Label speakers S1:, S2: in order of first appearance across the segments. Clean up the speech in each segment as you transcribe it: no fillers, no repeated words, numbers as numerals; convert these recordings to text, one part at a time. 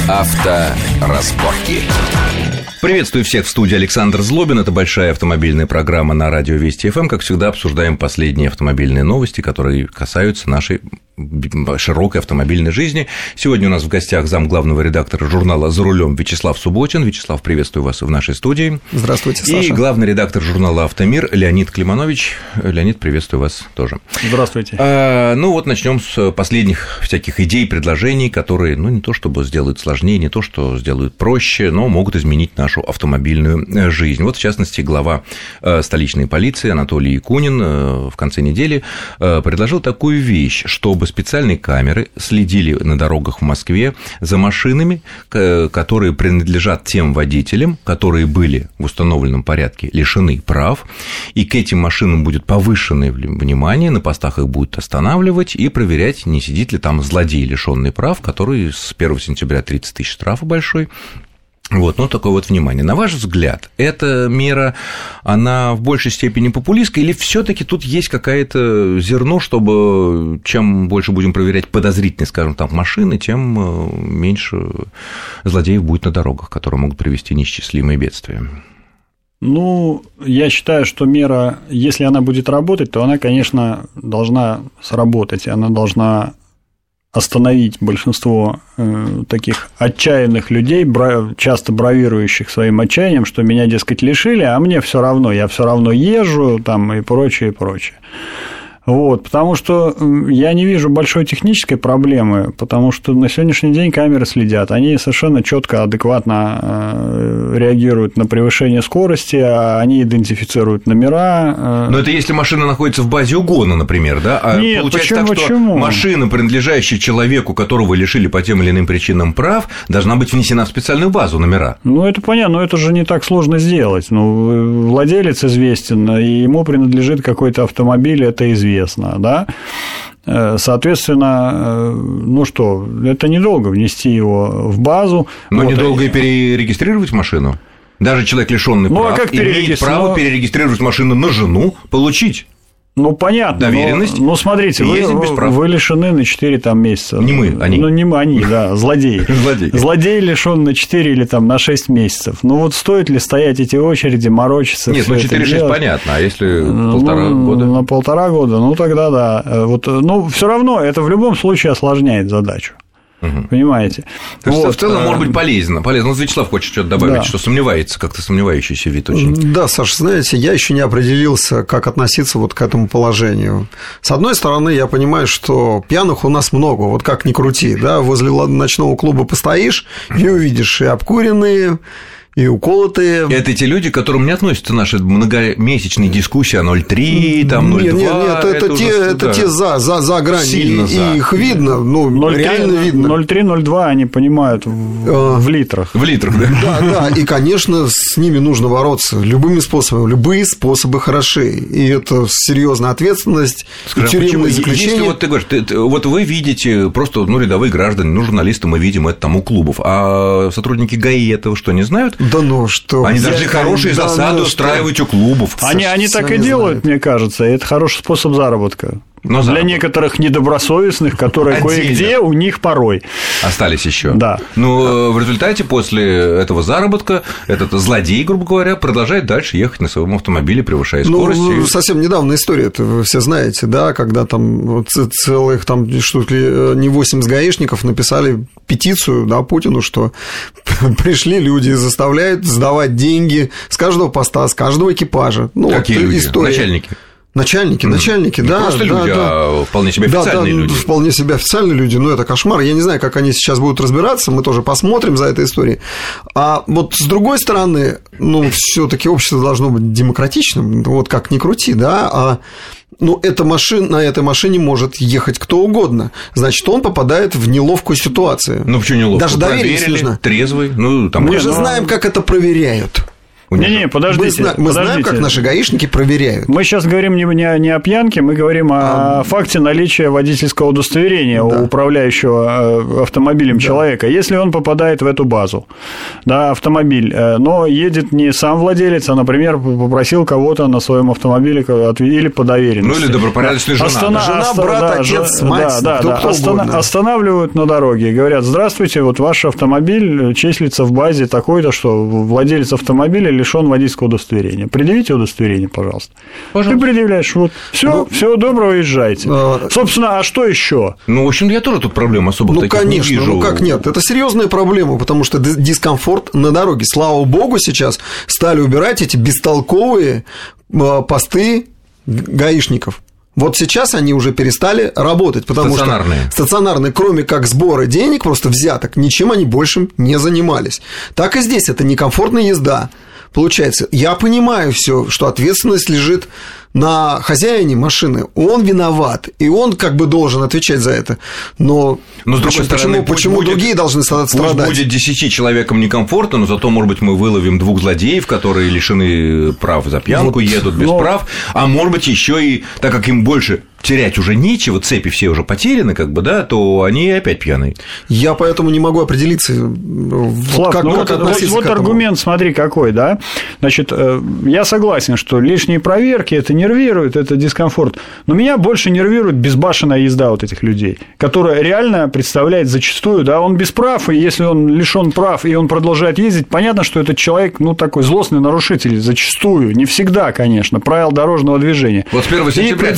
S1: Авторазборки. Приветствую всех в студии Александр Злобин. Это большая автомобильная программа на радио Вести ФМ. Как всегда, обсуждаем последние автомобильные новости, которые касаются нашей широкой автомобильной жизни. Сегодня у нас в гостях замглавного редактора журнала «За рулем» Вячеслав Субботин. Вячеслав, приветствую вас в нашей студии.
S2: Здравствуйте, Саша.
S1: И главный редактор журнала «Автомир» Леонид Климанович. Леонид, приветствую вас тоже.
S2: Здравствуйте.
S1: Ну вот начнем с последних всяких идей, предложений, которые, ну, не то чтобы сделают сложнее, не то что сделают проще, но могут изменить нашу автомобильную жизнь. Вот, в частности, глава столичной полиции Анатолий Якунин в конце недели предложил такую вещь, чтобы специальные камеры следили на дорогах в Москве за машинами, которые принадлежат тем водителям, которые были в установленном порядке лишены прав, и к этим машинам будет повышенное внимание, на постах их будут останавливать и проверять, не сидит ли там злодей, лишённый прав, который с 1 сентября 30 тысяч штрафа большой. Вот, ну, такое вот внимание. На ваш взгляд, эта мера, она в большей степени популистская, или все-таки тут есть какое-то зерно, чтобы чем больше будем проверять подозрительные, скажем, там, машины, тем меньше злодеев будет на дорогах, которые могут привести неисчислимые бедствия?
S2: Ну, я считаю, что мера, если она будет работать, то она, конечно, должна сработать, она должна остановить большинство таких отчаянных людей, часто бравирующих своим отчаянием, что меня, дескать, лишили, а мне все равно, я все равно езжу там, и прочее, и прочее. Вот, потому что я не вижу большой технической проблемы, потому что на сегодняшний день камеры следят, они совершенно четко, адекватно реагируют на превышение скорости, они идентифицируют номера.
S1: Но это если машина находится в базе угона, например, да? А
S2: нет,
S1: получается почему? Машина, принадлежащая человеку, которого лишили по тем или иным причинам прав, должна быть внесена в специальную базу номера.
S2: Ну, это понятно, но это же не так сложно сделать. Ну, владелец известен, и ему принадлежит какой-то автомобиль, это известно. Да? Соответственно, ну что, это недолго внести его в базу.
S1: Но вот, недолго и перерегистрировать машину? Даже человек, лишённый прав, имеет право перерегистрировать машину на жену, получить.
S2: Ну, понятно.
S1: Доверенность.
S2: Ну, смотрите, вы лишены на 4 там, месяца.
S1: Не мы, они.
S2: Ну, не мы, они, да, злодеи. Злодей лишён на 4 или там, на 6 месяцев. Ну, вот стоит ли стоять эти очереди, морочиться?
S1: Нет, ну, 4-6 понятно, а если полтора года?
S2: На 1,5 года, ну, тогда да. Вот, ну, все равно это в любом случае осложняет задачу. Понимаете?
S1: То есть, вот, в целом, может быть, полезно. Вот Вячеслав хочет что-то добавить, да. Что сомневается, как-то сомневающийся вид очень.
S3: Да, Саша, знаете, я еще не определился, как относиться вот к этому положению. С одной стороны, я понимаю, что пьяных у нас много, вот как ни крути, да, возле ночного клуба постоишь и увидишь и обкуренные, и уколотые.
S1: Это те люди, к которым не относятся наши многомесячные дискуссии о 0,3, там 0,2.
S3: Нет, это те за гранью.
S1: Сильно за.
S3: Их видно, ну, 0,3, реально видно.
S2: 0,3, 0,2 они понимают в литрах.
S1: В литрах, да.
S3: Да, и, конечно, с ними нужно бороться любыми способами. Любые способы хороши. И это серьезная ответственность, и тюремное заключение.
S1: Если вот ты говоришь, вот вы видите просто, ну, рядовые граждане, ну, журналисты, мы видим это там у клубов, а сотрудники ГАИ этого что, не знают?
S3: Да ну что.
S1: Они должны хорошие засады устраивать у клубов.
S2: Они так и делают, мне кажется, и это хороший способ заработка. Но для некоторых недобросовестных, которые кое-где у них порой
S1: остались еще.
S2: Да.
S1: Но в результате после этого заработка этот злодей, грубо говоря, продолжает дальше ехать на своем автомобиле, превышая скорость.
S3: Ну, совсем недавно история, это вы все знаете, да, когда там целых там штук ли не 80 гаишников написали петицию, да, Путину, что пришли люди и заставляют сдавать деньги с каждого поста, с каждого экипажа. Ну,
S1: какие
S3: вот
S1: люди?
S3: История. Начальники, да.
S1: Просто люди, а вполне себе официальные люди.
S3: Вполне себе официальные люди, но это кошмар. Я не знаю, как они сейчас будут разбираться, мы тоже посмотрим за этой историей. А вот с другой стороны, ну, все-таки общество должно быть демократичным, вот как ни крути, да, ну, на этой машине может ехать кто угодно. Значит, он попадает в неловкую ситуацию.
S1: Ну, почему неловкую?
S3: Даже доверие нужно.
S1: Трезвый.
S3: Мы же знаем, как это проверяют.
S2: Не-не, подождите.
S3: Мы знаем, как наши гаишники проверяют.
S2: Мы сейчас говорим не о пьянке, мы говорим о факте наличия водительского удостоверения у управляющего автомобилем человека. Если он попадает в эту базу, да, автомобиль, но едет не сам владелец, а, например, попросил кого-то на своем автомобиле или по доверенности.
S1: Ну, или добропорядочная жена.
S3: Жена, брат, отец, мать,
S2: останавливают на дороге и говорят: здравствуйте, вот ваш автомобиль числится в базе такой-то, что владелец автомобиля лишен водительского удостоверения. Предъявите удостоверение, пожалуйста. Ты предъявляешь, вот, всего доброго, езжайте. Собственно, а что еще?
S1: Ну, в общем, я тоже тут проблем особо таких
S3: конечно,
S1: не вижу.
S3: Ну, как нет? Это серьезная проблема, потому что дискомфорт на дороге. Слава богу, сейчас стали убирать эти бестолковые посты гаишников. Вот сейчас они уже перестали работать, потому что стационарные, кроме как сбора денег, просто взяток, ничем они больше не занимались. Так и здесь это некомфортная езда. Получается, я понимаю все, что ответственность лежит на хозяине машины, он виноват, и он как бы должен отвечать за это. Но
S1: с другой стороны,
S3: почему другие должны страдать?
S1: Пусть будет 10 человекам некомфортно, но зато, может быть, мы выловим 2 злодеев, которые лишены прав за пьянку, едут без прав, а может быть, еще и, так как им больше терять уже нечего, цепи все уже потеряны, как бы, да, то они опять пьяные.
S3: Я поэтому не могу определиться,
S2: Слав, как относиться к этому. Аргумент, смотри, какой, да? Значит, я согласен, что лишние проверки это нервирует, это дискомфорт, но меня больше нервирует безбашенная езда вот этих людей, которая реально представляет зачастую, да, он без прав, и если он лишен прав, и он продолжает ездить, понятно, что этот человек, ну, такой злостный нарушитель, зачастую, не всегда, конечно, правил дорожного движения.
S1: Вот с 1 сентября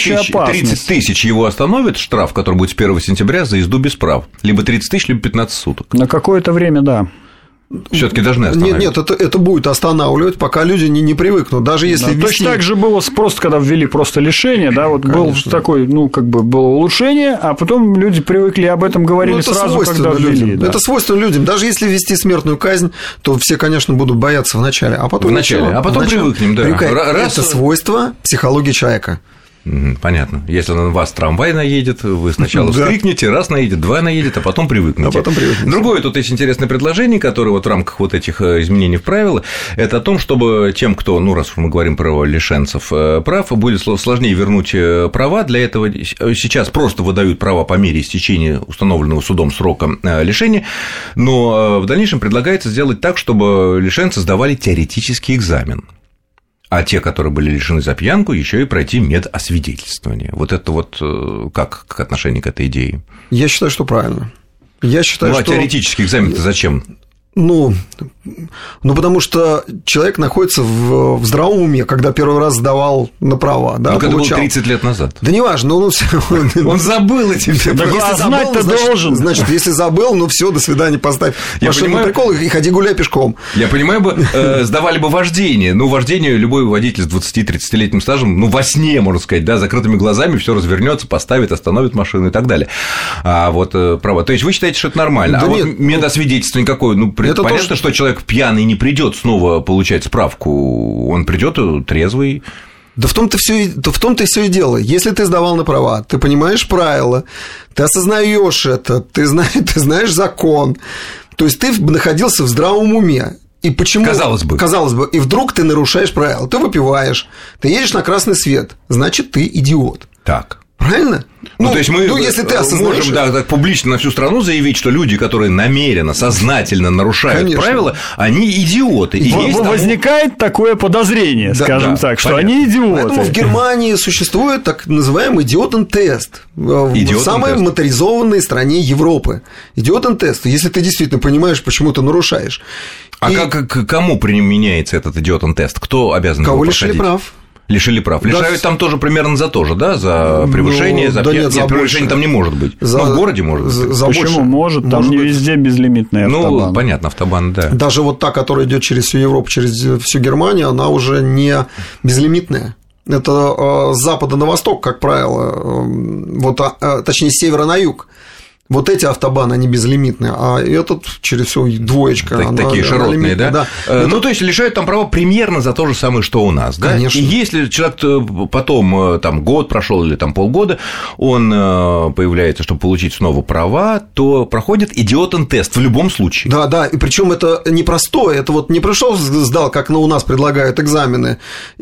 S1: 30 тысяч его остановит штраф, который будет с 1 сентября за езду без прав. Либо 30 тысяч, либо 15 суток.
S2: На какое-то время, да.
S1: Все-таки должны останавливать.
S3: Нет, это будет останавливать, пока люди не привыкнут. Даже если
S2: ввести... Точно так же было просто, когда ввели просто лишение, да, вот был такой, ну, как бы было улучшение, а потом люди привыкли, об этом говорили сразу, когда ввели.
S3: Да. Это свойственно людям. Даже если ввести смертную казнь, то все, конечно, будут бояться вначале, а потом
S1: привыкнем, да.
S3: Это свойство психологии человека.
S1: Понятно. Если на вас трамвай наедет, вы сначала вскрикнете, раз наедет, 2 наедет, а потом привыкнете. Другое тут есть интересное предложение, которое вот в рамках вот этих изменений в правила, это о том, чтобы тем, кто, ну, раз уж мы говорим про лишенцев прав, будет сложнее вернуть права. Для этого сейчас просто выдают права по мере истечения установленного судом срока лишения, но в дальнейшем предлагается сделать так, чтобы лишенцы сдавали теоретический экзамен. А те, которые были лишены за пьянку, еще и пройти медосвидетельствование. Вот это вот как отношение к этой идее?
S3: Я считаю, что правильно. Я считаю,
S1: что... теоретический экзамен-то зачем?
S3: Ну, потому что человек находится в здравом уме, когда первый раз сдавал на права, да,
S1: это было 30 лет назад.
S3: Да неважно,
S1: он забыл эти все.
S2: Знать-то должен.
S3: Значит, если забыл, ну все, до свидания, поставь машину на прикол и ходи гуляй пешком.
S1: Я понимаю, сдавали бы вождение. Ну, вождение любой водитель с 20-30-летним стажем, ну, во сне, можно сказать, да, закрытыми глазами все развернется, поставит, остановит машину и так далее. А вот права. То есть вы считаете, что это нормально? А вот медосвидетельствование какое? Ну, понятно, что человек пьяный не придет снова получать справку, он придет трезвый.
S3: Да в том-то и все и дело. Если ты сдавал на права, ты понимаешь правила, ты осознаешь это, ты знаешь закон, то есть ты находился в здравом уме. И почему?
S1: Казалось бы.
S3: И вдруг ты нарушаешь правила. Ты выпиваешь, ты едешь на красный свет, значит, ты идиот.
S1: Так.
S3: Правильно?
S1: Ну, то есть мы
S3: если ты
S1: можем так публично на всю страну заявить, что люди, которые намеренно, сознательно нарушают правила, они идиоты. И
S2: возникает такое подозрение, скажем так, что они идиоты.
S3: Поэтому в Германии существует так называемый идиотен-тест. В самой моторизованной стране Европы. Идиотен-тест. Если ты действительно понимаешь, почему ты нарушаешь.
S1: А кому применяется этот идиотен-тест? Кто обязан его проходить?
S3: Кого лишили прав?
S1: Лишили прав. Лишают там тоже примерно за то же, да? За превышение, за пьянство. Нет, превышение там не может быть. Но в городе может быть.
S2: Почему может? Там не везде безлимитный автобан.
S1: Ну, понятно, автобан, да.
S3: Даже вот та, которая идет через всю Европу, через всю Германию, она уже не безлимитная. Это с запада на восток, как правило, точнее, с севера на юг. Вот эти автобаны, они безлимитные, а этот через все двоечка.
S1: Такие широтные, да? Ну, то есть лишают там права примерно за то же самое, что у нас, да?
S3: Конечно.
S1: И если человек потом, там, год прошел или там полгода, он появляется, чтобы получить снова права, то проходит идиотен-тест в любом случае.
S3: Да, и причем это непростое, это вот не пришел, сдал, как у нас предлагают экзамены,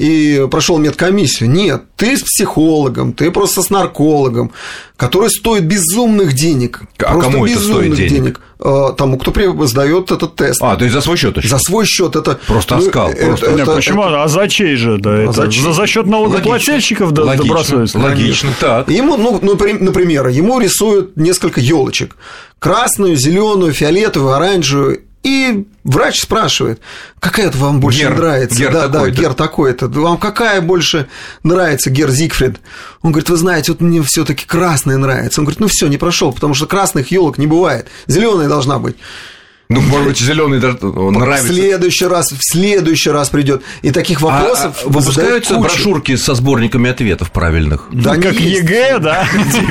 S3: и прошел медкомиссию. Нет, ты с психологом, ты просто с наркологом, который стоит безумных денег.
S1: А просто кому это стоит денег?
S3: Тому, кто сдает этот тест.
S1: То есть за свой счет еще?
S3: За свой счет это
S1: просто оскал.
S2: Почему? А за чей же? Да, за счет налогоплательщиков добросовестно.
S1: Логично, так.
S3: Ему, например, ему рисуют несколько елочек: красную, зеленую, фиолетовую, оранжевую. И врач спрашивает, какая вам больше нравится? Гер такой-то. Вам какая больше нравится, Гер Зигфрид? Он говорит, вы знаете, вот мне все-таки красная нравится. Он говорит, все, не прошел, потому что красных елок не бывает. Зеленая должна быть.
S1: Ну, может быть, зеленый нравится.
S3: В следующий раз придет. И таких вопросов
S1: выпускаются брошюрки со сборниками ответов правильных.
S2: Да, как ЕГЭ, да?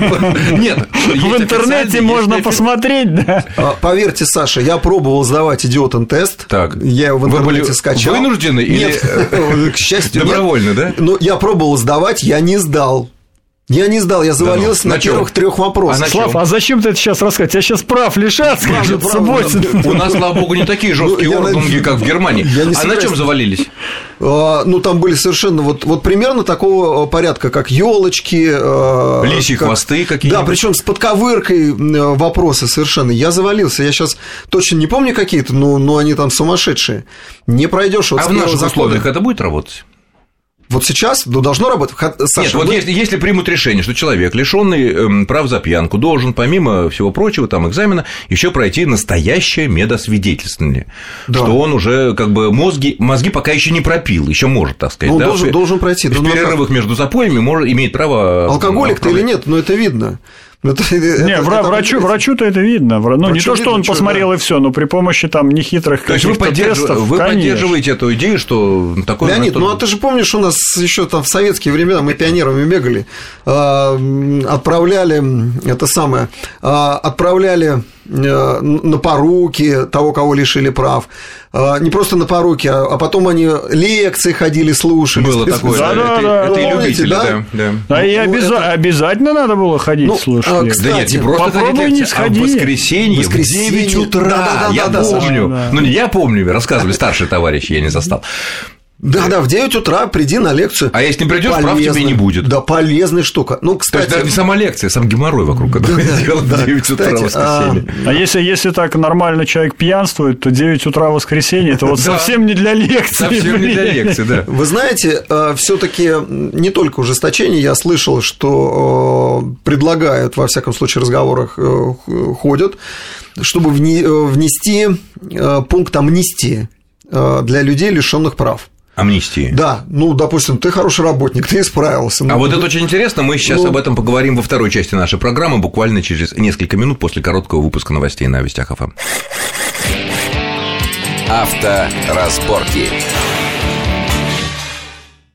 S1: Нет.
S2: В интернете можно посмотреть, да.
S3: Поверьте, Саша, я пробовал сдавать идиотен-тест.
S1: Так.
S3: Я его в интернете скачал.
S1: Вынуждены или,
S3: к счастью,
S1: добровольно, да?
S3: Ну, я пробовал сдавать, я не сдал. Я завалился на первых 3 вопросах.
S2: Слав, а зачем ты это сейчас рассказывать? Тебя сейчас прав лишат, скажут, Субботин.
S1: У нас, слава богу, не такие жесткие ордунги, как в Германии. А на чем завалились?
S3: Ну, там были совершенно вот примерно такого порядка, как елочки,
S1: лисьи хвосты какие-то.
S3: Да, причем с подковыркой вопросы совершенно. Я завалился. Я сейчас точно не помню какие-то, но они там сумасшедшие. Не пройдешь.
S1: А в наших условиях это будет работать?
S3: Вот сейчас должно работать.
S1: Саша, нет, вот если примут решение, что человек, лишенный прав за пьянку, должен, помимо всего прочего, там, экзамена, еще пройти настоящее медосвидетельствование, что он уже как бы мозги пока еще не пропил, еще может, так сказать.
S3: Он должен пройти.
S1: В перерывах между запоями имеет право.
S3: Алкоголик ты или нет, но это видно.
S2: Врачу-то это видно. Ну, не то, что он посмотрел и все, но при помощи там нехитрых каких-то тестов.
S1: Вы поддерживаете эту идею, что такое.
S3: Леонид, ну а ты же помнишь, у нас еще там в советские времена мы пионерами бегали, отправляли на поруки того, кого лишили прав. Не просто на поруки, а потом они лекции ходили, слушали.
S1: Было такое,
S2: да.
S1: Это и любители, да.
S2: И обязательно надо было ходить слушать.
S1: Да нет, не просто ходить лекции, а в воскресенье в 9 утра. Я помню. Ну, не я помню, рассказывали старшие товарищи, я не застал.
S3: Да, в 9 утра приди на лекцию.
S1: А если не придешь, прав тебе не будет.
S3: Да, полезная штука. Ну, кстати.
S1: То есть даже не сама лекция, сам геморрой вокруг этого дела в 9 утра в воскресенье.
S2: А если так нормально человек пьянствует, то 9 утра в воскресенье это вот совсем не для лекции.
S1: Совсем не для лекции, да.
S3: Вы знаете, все-таки не только ужесточение, я слышал, что предлагают, во всяком случае, в разговорах ходят, чтобы внести пункт амнистии для людей, лишенных прав.
S1: Амнистии.
S3: Да, ну, допустим, ты хороший работник, ты исправился.
S1: Вот это очень интересно, мы сейчас об этом поговорим во второй части нашей программы, буквально через несколько минут после короткого выпуска новостей на Вестях ФМ.
S4: Авторазборки.